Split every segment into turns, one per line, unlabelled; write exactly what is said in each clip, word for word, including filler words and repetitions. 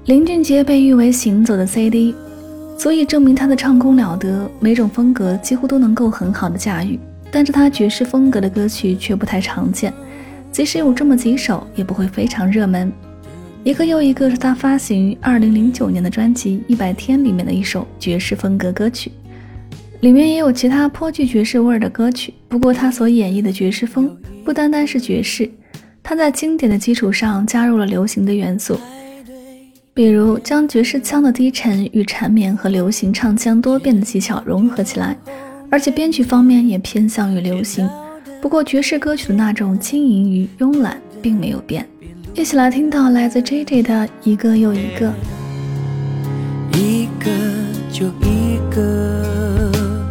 林俊杰被誉为行走的 C D， 足以证明他的唱功了得，每种风格几乎都能够很好的驾驭。但是他爵士风格的歌曲却不太常见，即使有这么几首，也不会非常热门。一个又一个是他发行于二零零九年的专辑《一百天》里面的一首爵士风格歌曲，里面也有其他颇具爵士味的歌曲。不过他所演绎的爵士风不单单是爵士，他在经典的基础上加入了流行的元素，比如将爵士腔的低沉与缠绵和流行唱腔多变的技巧融合起来，而且编曲方面也偏向于流行。不过爵士歌曲的那种轻盈与慵懒并没有变。一起来听到来自 J J 的一个又一个，
一个就一个，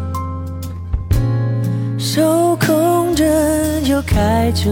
手空着就开着，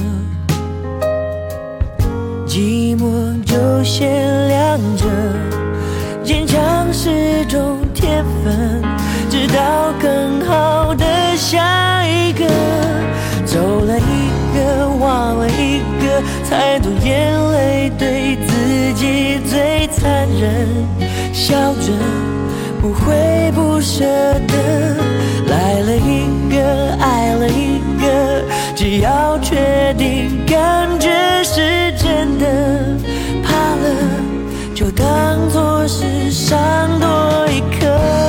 寂寞就先亮着，坚强是种天分，直到更好的下一个，走了一个忘了一个，太多眼泪对自己最残忍，笑着不会不舍得，来了一个爱了一个，只要确定感觉是真的，怕了就当作是伤多一颗，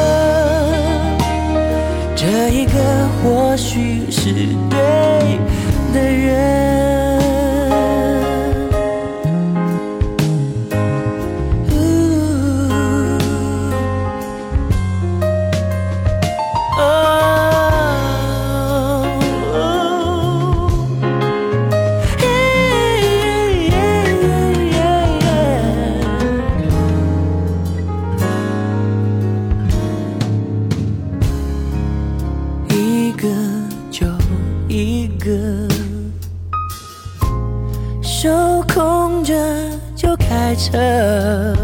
这一个或许是对的人。一个手空着就开车，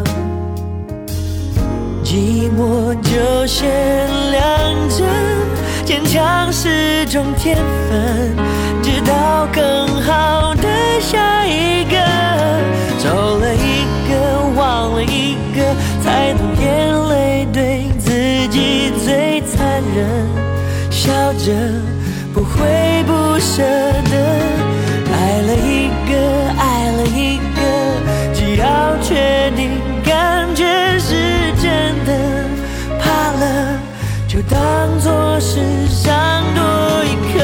寂寞就先亮着，坚强是种天分，直到更好的下一个，走了一个忘了一个，才懂眼泪对自己最残忍，笑着不会不舍得，来了一个爱了一个，只要确定感觉是真的，怕了就当作是伤多一颗，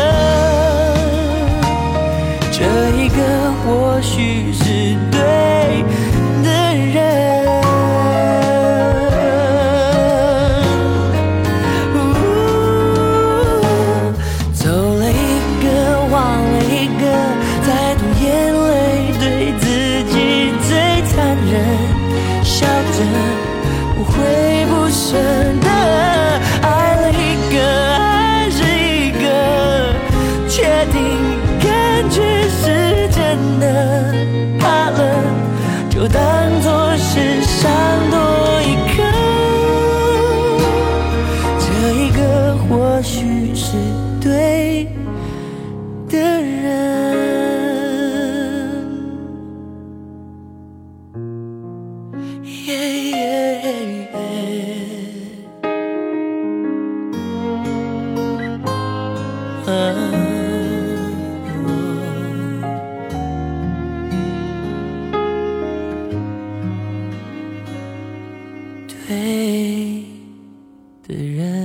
这一个或许是对的人。笑着不会不舍得，爱了一个还是一个，确定感觉是真的，怕了就当作是伤多一颗，这一个或许是对的人。对的人。